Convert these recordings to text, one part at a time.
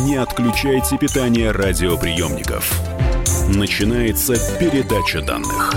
Не отключайте питание радиоприемников. Начинается передача данных.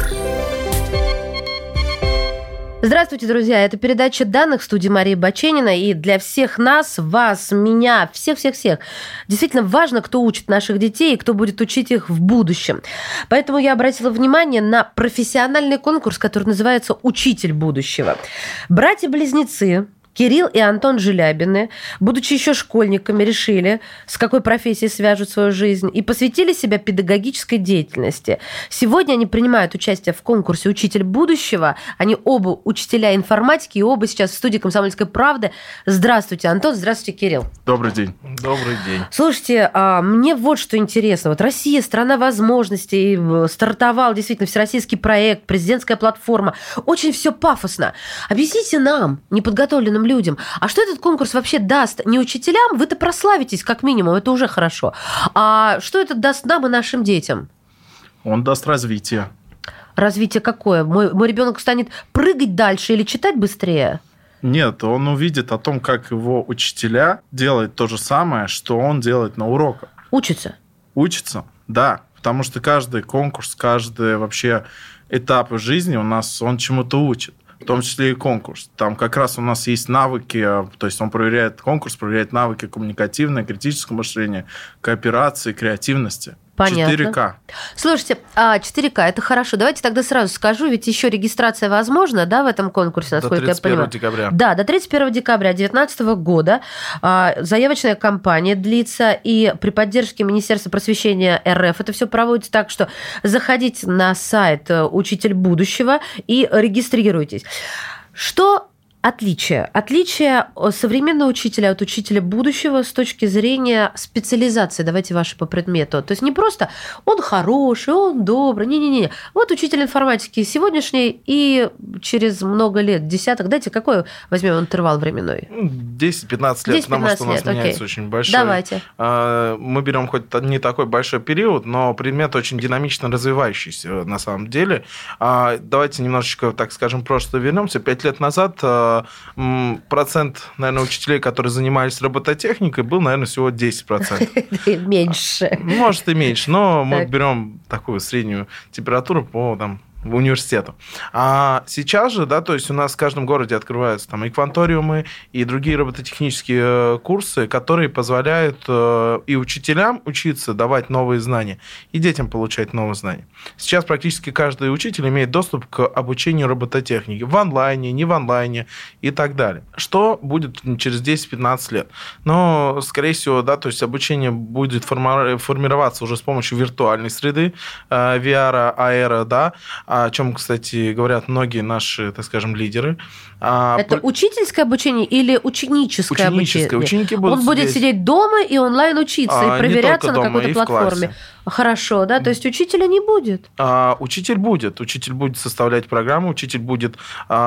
Здравствуйте, друзья. Это передача данных в студии Марии Баченина. И для всех нас, вас, меня, всех-всех-всех действительно важно, кто учит наших детей и кто будет учить их в будущем. Поэтому я обратила внимание на профессиональный конкурс, который называется «Учитель будущего». Братья-близнецы Кирилл и Антон Желябины, будучи еще школьниками, решили, с какой профессией свяжут свою жизнь, и посвятили себя педагогической деятельности. Сегодня они принимают участие в конкурсе «Учитель будущего». Они оба учителя информатики, и оба сейчас в студии «Комсомольской правды». Здравствуйте, Антон, здравствуйте, Кирилл. Добрый день. Добрый день. Слушайте, мне вот что интересно. Вот Россия, страна возможностей, стартовал действительно всероссийский проект, президентская платформа. Очень все пафосно. Объясните нам, неподготовленным людям, а что этот конкурс вообще даст не учителям? Вы-то прославитесь, как минимум, это уже хорошо. А что это даст нам и нашим детям? Он даст развитие. Развитие какое? Мой ребенок станет прыгать дальше или читать быстрее? Нет, он увидит о том, как его учителя делают то же самое, что он делает на уроках. Учится? Учится, да. Потому что каждый конкурс, каждый вообще этап в жизни у нас, он чему-то учит. В том числе и конкурс. Там как раз у нас есть навыки, то есть он проверяет, конкурс проверяет навыки коммуникативное, критическое мышление, кооперации, креативности. Понятно. 4К. Слушайте, 4К, это хорошо. Давайте тогда сразу скажу, ведь еще регистрация возможна, да, в этом конкурсе, насколько я понимаю. До 31 декабря. Да, до 31 декабря 2019 года заявочная кампания длится, и при поддержке Министерства просвещения РФ это все проводится так, что заходите на сайт «Учитель будущего» и регистрируйтесь. Что отличие? Отличие современного учителя от учителя будущего с точки зрения специализации. Давайте ваши по предмету. То есть не просто он хороший, он добрый. Не-не-не. Вот учитель информатики сегодняшний и через много лет, десяток. Дайте, какой возьмем интервал временной? 10-15 лет, потому что у нас меняется очень большой. Давайте. Мы берем хоть не такой большой период, но предмет очень динамично развивающийся на самом деле. Давайте немножечко, так скажем, просто вернемся. 5 лет назад процент, наверное, учителей, которые занимались робототехникой, был, наверное, всего 10%. Меньше. Может и меньше, но мы берем такую среднюю температуру по университету. А сейчас же, да, то есть у нас в каждом городе открываются там и кванториумы, и другие робототехнические курсы, которые позволяют и учителям учиться, давать новые знания, и детям получать новые знания. Сейчас практически каждый учитель имеет доступ к обучению робототехники в онлайне, не в онлайне и так далее. Что будет через 10-15 лет? Но, скорее всего, да, то есть обучение будет формироваться уже с помощью виртуальной среды, VR, AR, да, о чем, кстати, говорят многие наши, так скажем, лидеры. Это учительское обучение или ученическое обучение? Ученики будут Он будет сидеть дома и онлайн учиться, и проверяться на какой-то платформе. Хорошо, да? То есть учителя не будет? Учитель будет. Учитель будет составлять программу, учитель будет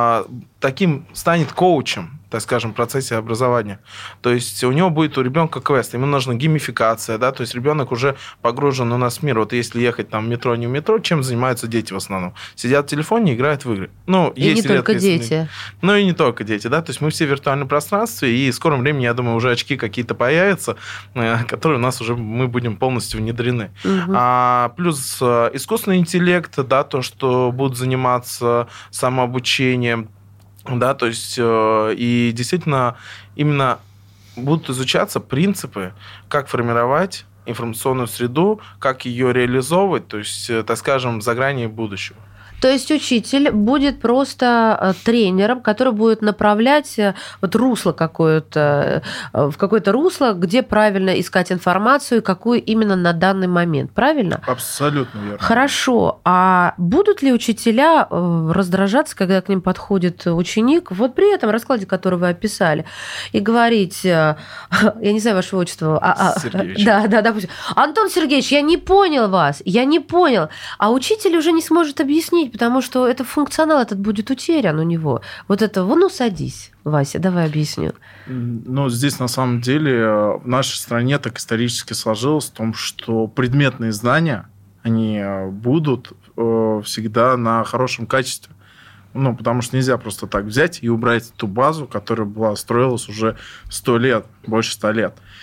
станет коучем, так скажем, в процессе образования. То есть у него будет у ребенка квест, ему нужна геймификация, да, то есть ребенок уже погружен у нас в мир. Вот если ехать там в метро, не в метро, чем занимаются дети в основном? Сидят в телефоне, играют в игры. И не только дети. Ну и не только дети, да, то есть мы все в виртуальном пространстве, и в скором времени, я думаю, уже очки какие-то появятся, которые у нас уже мы будем полностью внедрены. Угу. Плюс искусственный интеллект, да, то, что будут заниматься самообучением, да, то есть и действительно именно будут изучаться принципы, как формировать информационную среду, как ее реализовывать, то есть, так скажем, за гранью будущего. То есть учитель будет просто тренером, который будет направлять вот русло какое-то, в какое-то русло, где правильно искать информацию, какую именно на данный момент. Правильно? Абсолютно верно. Хорошо. А будут ли учителя раздражаться, когда к ним подходит ученик, вот при этом раскладе, который вы описали, и говорить, я не знаю ваше отчество. Сергеевич. Да, допустим. Антон Сергеевич, я не понял вас, я не понял. А учитель уже не сможет объяснить, потому что это функционал этот будет утерян у него. Вот это, ну, садись, Вася, давай объясню. Ну, здесь на самом деле в нашей стране так исторически сложилось в том, что предметные знания, они будут всегда на хорошем качестве. Ну, потому что нельзя просто так взять и убрать ту базу, которая строилась уже 100 лет, больше 100 лет.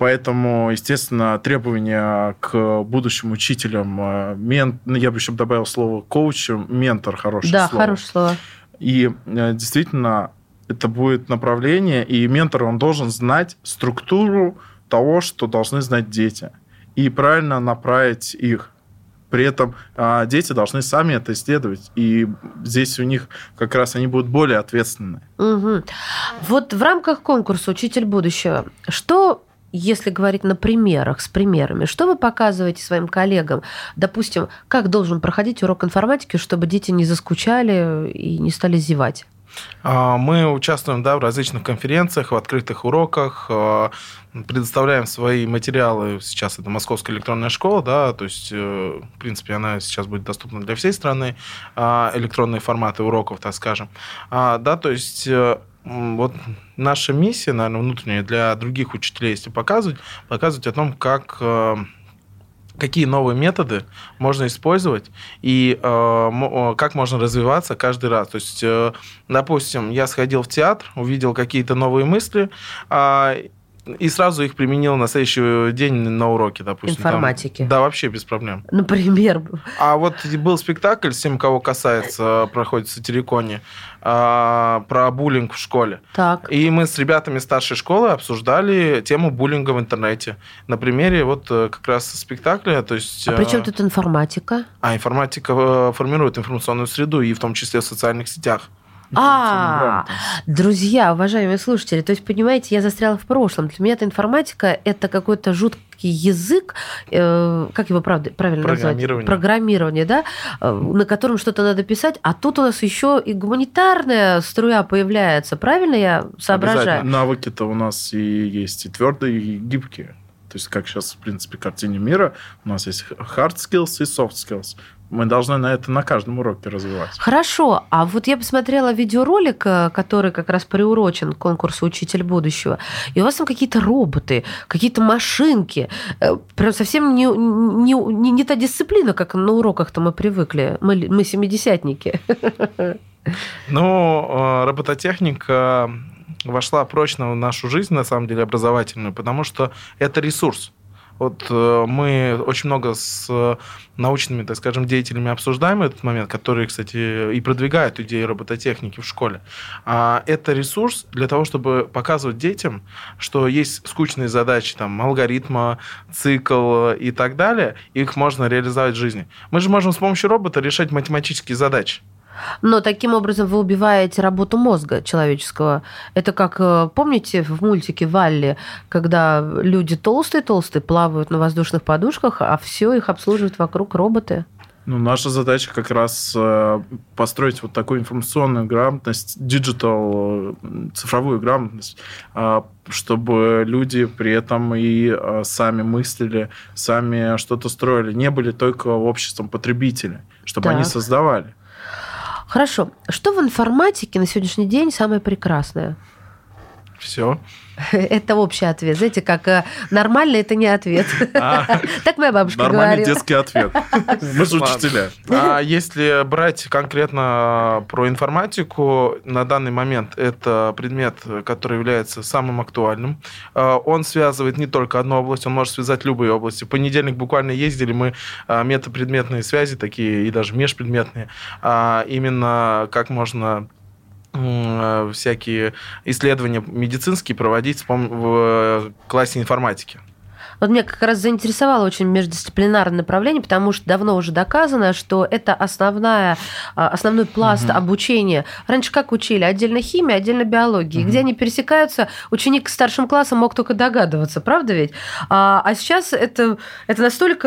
Поэтому, естественно, требования к будущим учителям, я бы еще добавил слово коуч, ментор, хорошее слово. Да, хорошее слово. И действительно, это будет направление, и ментор, он должен знать структуру того, что должны знать дети, и правильно направить их. При этом дети должны сами это исследовать, и здесь у них как раз они будут более ответственны. Угу. Вот в рамках конкурса «Учитель будущего», что, если говорить на примерах, с примерами, что вы показываете своим коллегам? Допустим, как должен проходить урок информатики, чтобы дети не заскучали и не стали зевать? Мы участвуем, в различных конференциях, в открытых уроках, предоставляем свои материалы. Сейчас это Московская электронная школа, то есть, в принципе, она сейчас будет доступна для всей страны, электронные форматы уроков, так скажем. То есть, вот наша миссия, наверное, внутренняя для других учителей, если показывать о том, какие новые методы можно использовать и как можно развиваться каждый раз. То есть, допустим, я сходил в театр, увидел какие-то новые мысли, и сразу их применил на следующий день на уроке, допустим. Информатики. Да, вообще без проблем. Например. А вот был спектакль «Всем, кого касается», проходит в Сатириконе, про буллинг в школе. Так. И мы с ребятами старшей школы обсуждали тему буллинга в интернете. На примере вот как раз спектакля. То есть, при чем тут информатика? Информатика формирует информационную среду, и в том числе в социальных сетях. Друзья, уважаемые слушатели, то есть, понимаете, я застряла в прошлом. Для меня эта информатика – это какой-то жуткий язык, как его правильно назвать? Программирование, да, на котором что-то надо писать, а тут у нас еще и гуманитарная струя появляется. Правильно я соображаю? Навыки-то у нас и есть и твердые, и гибкие. То есть, как сейчас, в принципе, в картине мира, у нас есть hard skills и soft skills. Мы должны на каждом уроке развивать. Хорошо. А вот я посмотрела видеоролик, который как раз приурочен к конкурсу «Учитель будущего», и у вас там какие-то роботы, какие-то машинки. Прям совсем не та дисциплина, как на уроках-то мы привыкли. Мы семидесятники. Робототехника вошла прочно в нашу жизнь, на самом деле, образовательную, потому что это ресурс. Вот мы очень много с научными, так скажем, деятелями обсуждаем этот момент, которые, кстати, и продвигают идеи робототехники в школе. Это ресурс для того, чтобы показывать детям, что есть скучные задачи, алгоритма, цикл и так далее, их можно реализовать в жизни. Мы же можем с помощью робота решать математические задачи. Но таким образом вы убиваете работу мозга человеческого. Это как, помните, в мультике «Валли», когда люди толстые-толстые плавают на воздушных подушках, а все их обслуживают вокруг роботы? Наша задача как раз построить вот такую информационную грамотность, цифровую грамотность, чтобы люди при этом и сами мыслили, сами что-то строили, не были только обществом потребителей, чтобы они создавали. Хорошо. Что в информатике на сегодняшний день самое прекрасное? Все. Это общий ответ. Знаете, как нормально это не ответ. Так моя бабушка говорила. Нормальный детский ответ. Мы же учителя. Если брать конкретно про информатику, на данный момент это предмет, который является самым актуальным. Он связывает не только одну область, он может связать любые области. В понедельник буквально ездили мы метапредметные связи такие и даже межпредметные. Именно как можно всякие исследования медицинские проводить в классе информатики. Вот меня как раз заинтересовало очень междисциплинарное направление, потому что давно уже доказано, что это основной пласт обучения. Раньше как учили? Отдельно химия, отдельно биология. Где они пересекаются, ученик с старшим классом мог только догадываться, правда ведь? А сейчас это настолько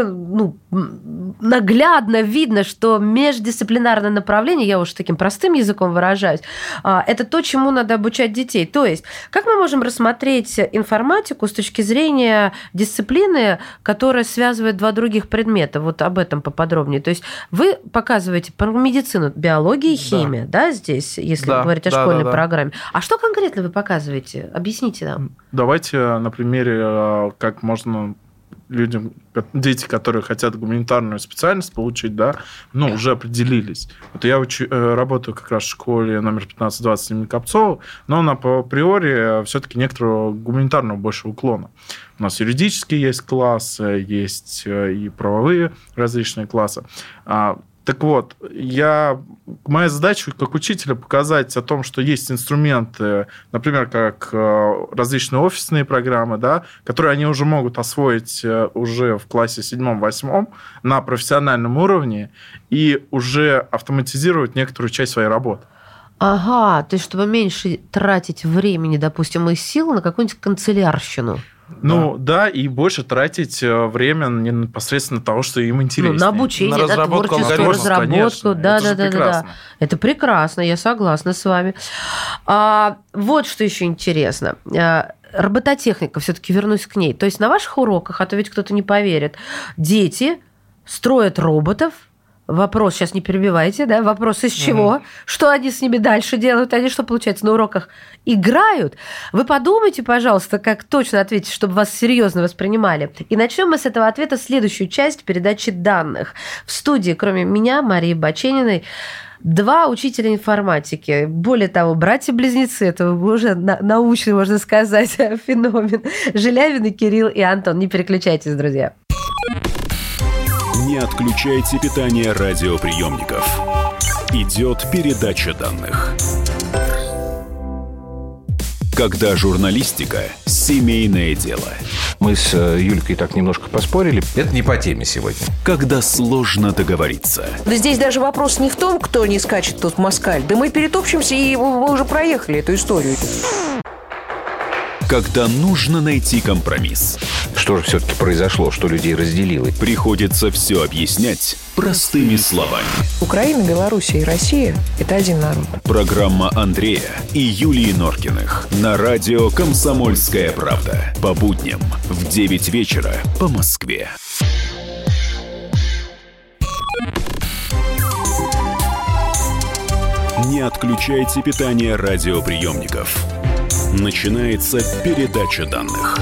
наглядно видно, что междисциплинарное направление, я уж таким простым языком выражаюсь, это то, чему надо обучать детей. То есть, как мы можем рассмотреть информатику с точки зрения дисциплины, которая связывает два других предмета? Вот об этом поподробнее. То есть вы показываете про медицину, биология и химия, да, здесь, если говорить о школьной программе. А что конкретно вы показываете? Объясните нам. Давайте на примере, как можно людям, дети, которые хотят гуманитарную специальность получить, да, уже определились. Вот я работаю как раз в школе номер 15-20 имени Копцова, но она по априори все-таки некоторого гуманитарного больше уклона. У нас юридические есть классы, есть и правовые различные классы. Так вот, моя задача как учителя показать о том, что есть инструменты, например, как различные офисные программы, да, которые они уже могут освоить уже в классе 7-8 на профессиональном уровне и уже автоматизировать некоторую часть своей работы. Ага, то есть чтобы меньше тратить времени, допустим, и сил на какую-нибудь канцелярщину. Да, и больше тратить время непосредственно того, что им интересно. На обучение, на разработку, творческую разработку. Да. Это прекрасно, я согласна с вами. Вот что еще интересно. Робототехника, все-таки вернусь к ней. То есть на ваших уроках, а то ведь кто-то не поверит, дети строят роботов. Вопрос, сейчас не перебивайте, да? Вопрос из чего? Что они с ними дальше делают? Они что, получается, на уроках играют? Вы подумайте, пожалуйста, как точно ответить, чтобы вас серьезно воспринимали. И начнем мы с этого ответа следующую часть передачи данных. В студии, кроме меня, Марии Бачениной, 2 учителя информатики. Более того, братья-близнецы. Это уже научный, можно сказать, феномен. Желявин и Кирилл и Антон. Не переключайтесь, друзья. Не отключайте питание радиоприемников. Идет передача данных. Когда журналистика – семейное дело. Мы с Юлькой так немножко поспорили. Это не по теме сегодня. Когда сложно договориться. Да здесь даже вопрос не в том, кто не скачет тут в москаль. Да мы перетопчемся, и мы уже проехали эту историю. Когда нужно найти компромисс. Что же все-таки произошло, что людей разделило? Приходится все объяснять простыми словами. Украина, Белоруссия и Россия – это один народ. Программа Андрея и Юлии Норкиных на радио «Комсомольская правда». По будням в 9 вечера по Москве. Не отключайте питание радиоприемников. Начинается передача данных.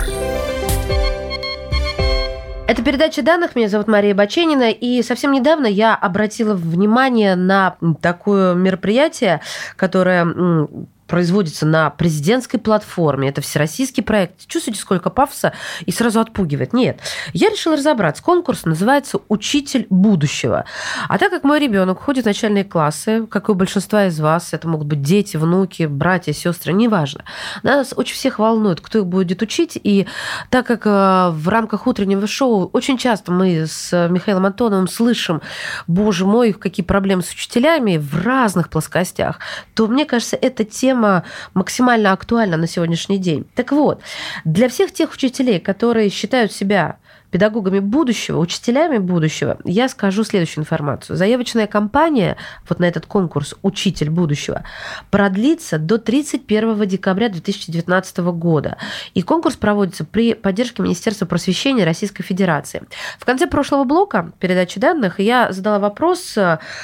Это передача данных. Меня зовут Мария Баченина. И совсем недавно я обратила внимание на такое мероприятие, которое производится на президентской платформе. Это всероссийский проект. Чувствуете, сколько пафоса? И сразу отпугивает. Нет. Я решила разобраться. Конкурс называется «Учитель будущего». А так как мой ребенок ходит в начальные классы, как и у большинства из вас, это могут быть дети, внуки, братья, сестры, неважно. Нас очень всех волнует, кто их будет учить. И так как в рамках утреннего шоу очень часто мы с Михаилом Антоновым слышим, боже мой, какие проблемы с учителями в разных плоскостях, то, мне кажется, эта тема максимально актуальна на сегодняшний день. Так вот, для всех тех учителей, которые считают себя педагогами будущего, учителями будущего, я скажу следующую информацию. Заявочная кампания вот на этот конкурс «Учитель будущего» продлится до 31 декабря 2019 года. И конкурс проводится при поддержке Министерства просвещения Российской Федерации. В конце прошлого блока передачи данных я задала вопрос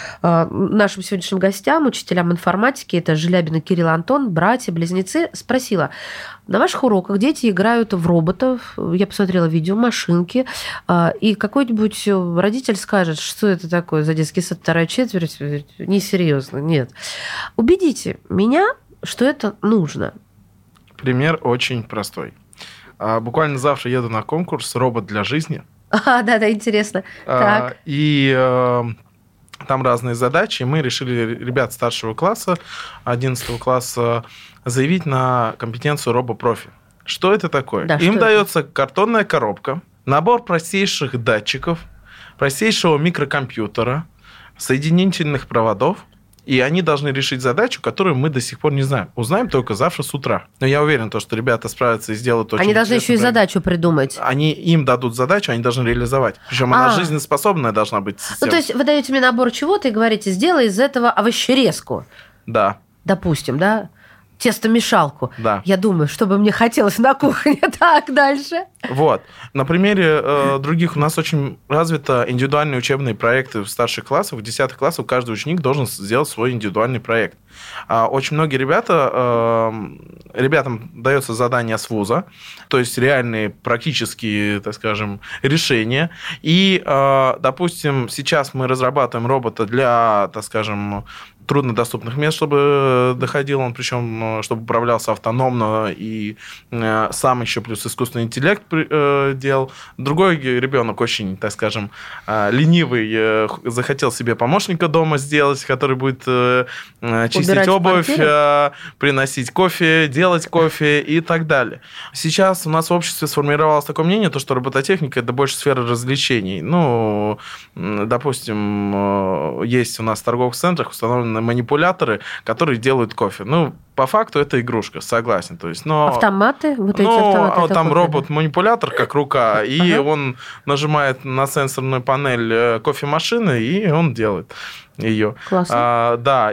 нашим сегодняшним гостям, учителям информатики, это Желябин и Кирилл, Антон, братья-близнецы, спросила: на ваших уроках дети играют в роботов, я посмотрела видео, машинки, и какой-нибудь родитель скажет, что это такое за детский сад, 2 четверть, несерьезно, нет. Убедите меня, что это нужно. Пример очень простой. Буквально завтра еду на конкурс «Робот для жизни». Да, интересно. Так. И там разные задачи. Мы решили ребят старшего класса, 11 класса, заявить на компетенцию робопрофи. Что это такое? Да, им дается картонная коробка, набор простейших датчиков, простейшего микрокомпьютера, соединительных проводов, и они должны решить задачу, которую мы до сих пор не знаем. Узнаем только завтра с утра. Но я уверен, что ребята справятся и сделают очень. Они должны еще и задачу придумать. Им дадут задачу, они должны реализовать. Причем она жизнеспособная должна быть. Ну, то есть вы даете мне набор чего-то и говорите, сделай из этого овощерезку. Да. Допустим, да? тестомешалку. Да. Я думаю, что бы мне хотелось на кухне. Так, дальше. Вот. На примере других у нас очень развиты индивидуальные учебные проекты в старших классах, в 10 классах каждый ученик должен сделать свой индивидуальный проект. Очень многие ребятам дается задание с вуза, то есть реальные практические, так скажем, решения. И, допустим, сейчас мы разрабатываем робота для, так скажем, труднодоступных мест, чтобы доходил он, причем, чтобы управлялся автономно и сам еще плюс искусственный интеллект делал. Другой ребенок очень, так скажем, ленивый, захотел себе помощника дома сделать, который будет чистить убирать обувь, квартиру, приносить кофе, делать кофе и так далее. Сейчас у нас в обществе сформировалось такое мнение, что робототехника – это больше сфера развлечений. Ну, допустим, есть у нас в торговых центрах установлены манипуляторы, которые делают кофе. Ну, по факту это игрушка, согласен. То есть, но... Автоматы? Вот эти автоматы. Там робот-манипулятор, как рука, и он нажимает на сенсорную панель кофемашины, и он делает ее. Классно. Да,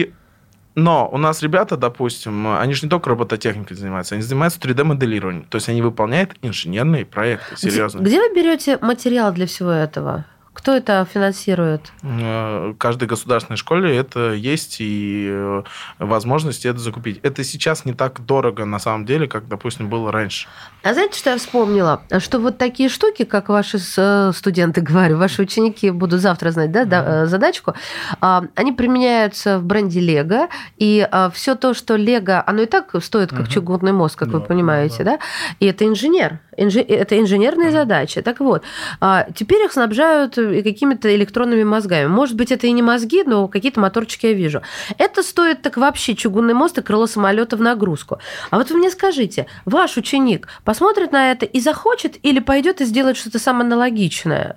но у нас ребята, допустим, они же не только робототехникой занимаются, они занимаются 3D-моделированием. То есть они выполняют инженерные проекты, серьезно. Где вы берете материал для всего этого? Кто это финансирует? В каждой государственной школе это есть, и возможность это закупить. Это сейчас не так дорого, на самом деле, как, допустим, было раньше. А знаете, что я вспомнила? Что вот такие штуки, как ваши студенты, говорю, ваши ученики будут завтра знать, да, задачку, они применяются в бренде Лего, и все то, что Лего, оно и так стоит, как чугунный мост, как вы понимаете, да? И это это инженерные задачи. Так вот, теперь их снабжают какими-то электронными мозгами. Может быть, это и не мозги, но какие-то моторчики я вижу. Это стоит так вообще чугунный мост и крыло самолета в нагрузку. А вот вы мне скажите, ваш ученик посмотрит на это и захочет, или пойдет и сделает что-то самоаналогичное?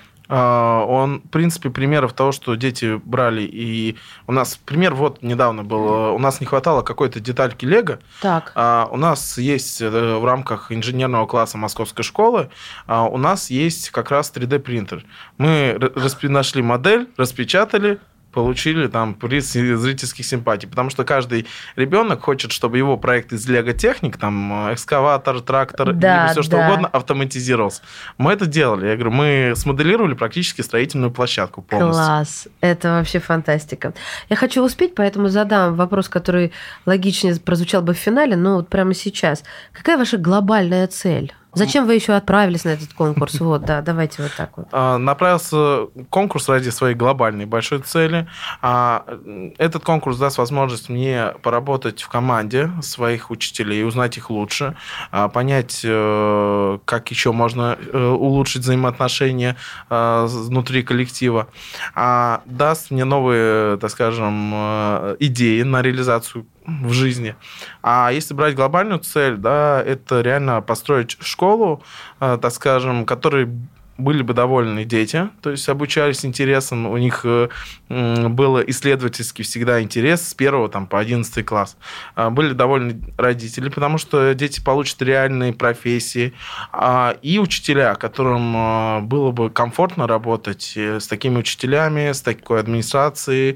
Он, в принципе, примеров того, что дети брали, и у нас пример вот недавно был, у нас не хватало какой-то детальки Лего. Так. У нас есть в рамках инженерного класса Московской школы, у нас есть как раз 3D-принтер. Мы нашли модель, распечатали, получили там приз зрительских симпатий, потому что каждый ребенок хочет, чтобы его проект из Лего Техник, там экскаватор, трактор, либо все что угодно автоматизировался. Мы это делали. Я говорю, мы смоделировали практически строительную площадку полностью. Класс, это вообще фантастика. Я хочу успеть, поэтому задам вопрос, который логичнее прозвучал бы в финале, но вот прямо сейчас. Какая ваша глобальная цель? Зачем вы еще отправились на этот конкурс? Вот, да, давайте вот так вот. Направился конкурс ради своей глобальной большой цели. Этот конкурс даст возможность мне поработать в команде своих учителей, узнать их лучше, понять, как еще можно улучшить взаимоотношения внутри коллектива. Даст мне новые, так скажем, идеи на реализацию в жизни. А если брать глобальную цель, да, это реально построить школу, так скажем, которой были бы довольны дети, то есть обучались интересом, у них был исследовательский всегда интерес с 1 там, по 11 класс. Были довольны родители, потому что дети получат реальные профессии, и учителя, которым было бы комфортно работать с такими учителями, с такой администрацией,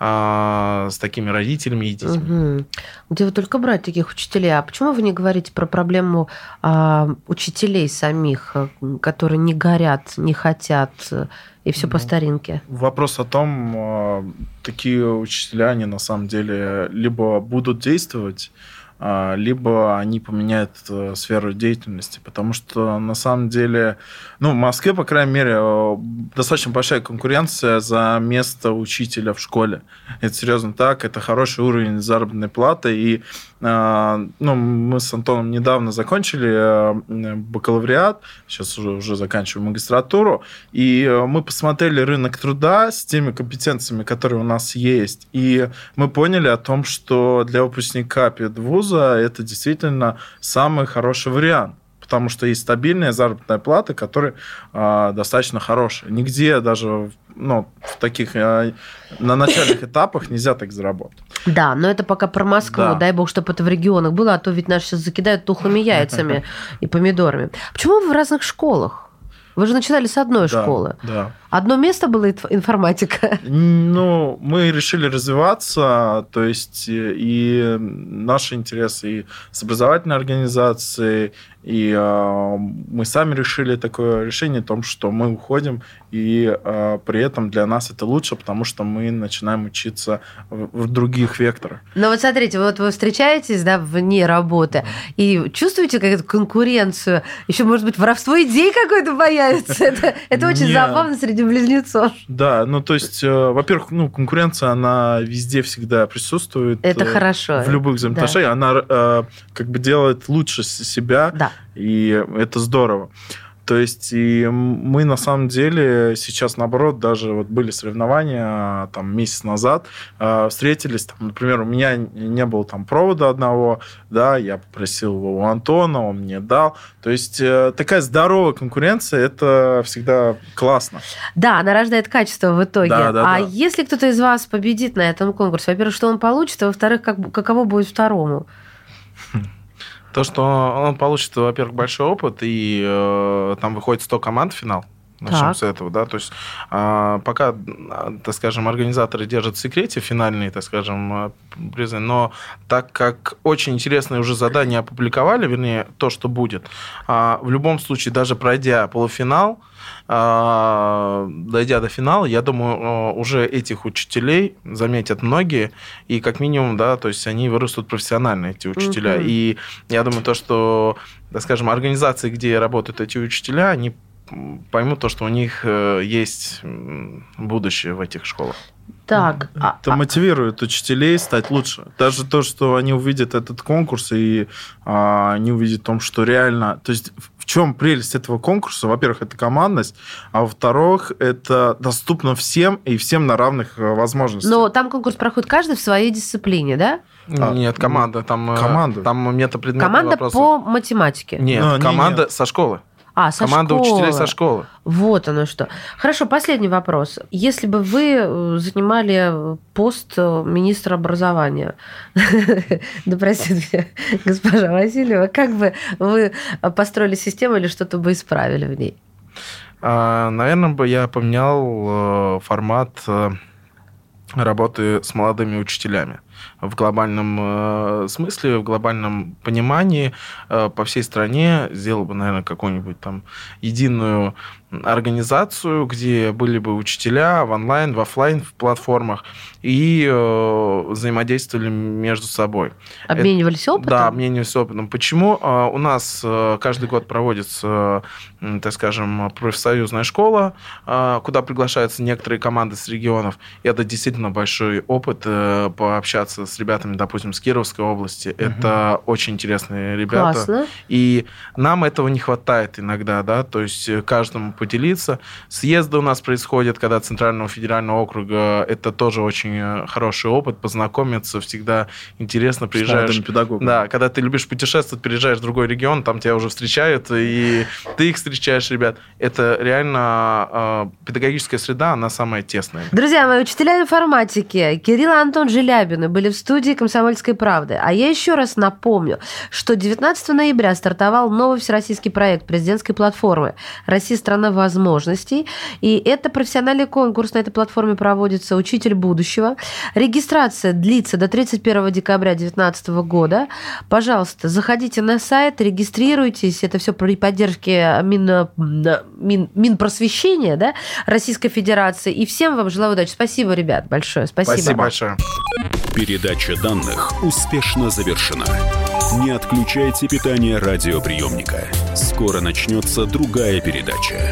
с такими родителями и детьми. Угу. Где вы только брать таких учителей? А почему вы не говорите про проблему учителей самих, которые не горят, не хотят, и все по старинке? Вопрос о том, такие учителя, они на самом деле либо будут действовать, либо они поменяют сферу деятельности, потому что на самом деле, в Москве, по крайней мере, достаточно большая конкуренция за место учителя в школе. Это серьезно так, это хороший уровень заработной платы, и мы с Антоном недавно закончили бакалавриат, сейчас уже заканчиваем магистратуру, и мы посмотрели рынок труда с теми компетенциями, которые у нас есть, и мы поняли о том, что для выпускника педвуза это действительно самый хороший вариант, потому что есть стабильная заработная плата, которая достаточно хорошая. Нигде даже в таких на начальных этапах нельзя так заработать. Да, но это пока про Москву. Да. Дай бог, чтобы это в регионах было, а то ведь нас сейчас закидают тухлыми яйцами и помидорами. Почему вы в разных школах? Вы же начинали с одной школы. Да. Одно место было информатика? Ну, мы решили развиваться, то есть и наши интересы и с образовательной организацией, и мы сами решили такое решение о том, что мы уходим, и при этом для нас это лучше, потому что мы начинаем учиться в других векторах. Ну вот смотрите, вот вы встречаетесь, да, вне работы, и чувствуете какую-то конкуренцию, еще, может быть, воровство идей какое-то появится. Это очень забавно среди близнецов. Да, ну то есть, во-первых, конкуренция, она везде всегда присутствует. Это хорошо. В любых взаимоотношениях. Да. Она как бы делает лучше себя, да. И это здорово. То есть и мы на самом деле сейчас, наоборот, даже вот были соревнования там месяц назад, встретились, там, например, у меня не было там провода одного, да, я попросил его у Антона, он мне дал. То есть такая здоровая конкуренция, это всегда классно. Да, она рождает качество в итоге. Да. Если кто-то из вас победит на этом конкурсе, во-первых, что он получит, а во-вторых, каково будет второму? То, что он получит, во-первых, большой опыт, и там выходит 100 команд в финал. Начнем с этого, да, то есть пока, так скажем, организаторы держат в секрете финальные, так скажем, призы, но так как очень интересные уже задания опубликовали, вернее, то, что будет, в любом случае, даже пройдя полуфинал, дойдя до финала, я думаю, уже этих учителей заметят многие, и как минимум, да, то есть они вырастут профессионально, эти учителя. И я думаю, то, что, так скажем, организации, где работают эти учителя, они поймут то, что у них есть будущее в этих школах. Так, это мотивирует учителей стать лучше. Даже то, что они увидят этот конкурс, и они увидят в том, что реально... То есть в чем прелесть этого конкурса? Во-первых, это командность, а во-вторых, это доступно всем, и всем на равных возможностях. Но там конкурс проходит каждый в своей дисциплине, да? Нет, команда. Там метапредметные команда вопросы. По математике? Нет, команда со школы. Команда учителей со школы. Вот оно что. Хорошо, последний вопрос. Если бы вы занимали пост министра образования, да простит меня госпожа Васильева, как бы вы построили систему или что-то бы исправили в ней? Наверное, бы я поменял формат работы с молодыми учителями. В глобальном смысле, в глобальном понимании по всей стране сделал бы, наверное, какую-нибудь там единую организацию, где были бы учителя в онлайн, в офлайн в платформах и взаимодействовали между собой. Обменивались опытом? Да, обменивались опытом. Почему? У нас каждый год проводится, так скажем, профсоюзная школа, куда приглашаются некоторые команды с регионов. И это действительно большой опыт пообщаться с ребятами, допустим, с Кировской области. Это очень интересные ребята. Классно. И нам этого не хватает иногда, да, то есть каждому поделиться. Съезды у нас происходят, когда Центрального федерального округа, это тоже очень хороший опыт, познакомиться, всегда интересно, приезжаешь. Да, когда ты любишь путешествовать, приезжаешь в другой регион, там тебя уже встречают, и ты их встречаешь, ребят. Это реально педагогическая среда, она самая тесная. Друзья мои, учителя информатики Кирилл и Антон Желябины были в студии «Комсомольской правды». А я еще раз напомню, что 19 ноября стартовал новый всероссийский проект президентской платформы «Россия – страна возможностей». И это профессиональный конкурс. На этой платформе проводится «Учитель будущего». Регистрация длится до 31 декабря 2019 года. Пожалуйста, заходите на сайт, регистрируйтесь. Это все при поддержке Минпросвещения, да, Российской Федерации. И всем вам желаю удачи. Спасибо, ребят, большое. Спасибо большое. Передача данных успешно завершена. Не отключайте питание радиоприемника. Скоро начнется другая передача.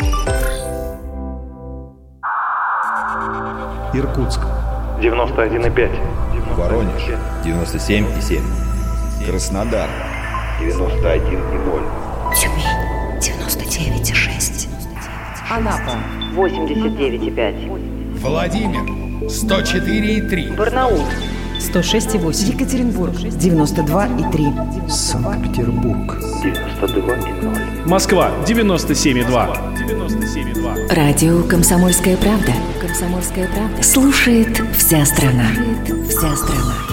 Иркутск 91,5. Воронеж 97,7. Краснодар 91,0. Тюмень 99,6. Анапа 89,5. Владимир 104,3. Барнаул 106,8. Екатеринбург 92,3. Санкт-Петербург 92,0. Москва 97,2. Радио «Комсомольская правда». «Комсомольская правда». Слушает вся страна.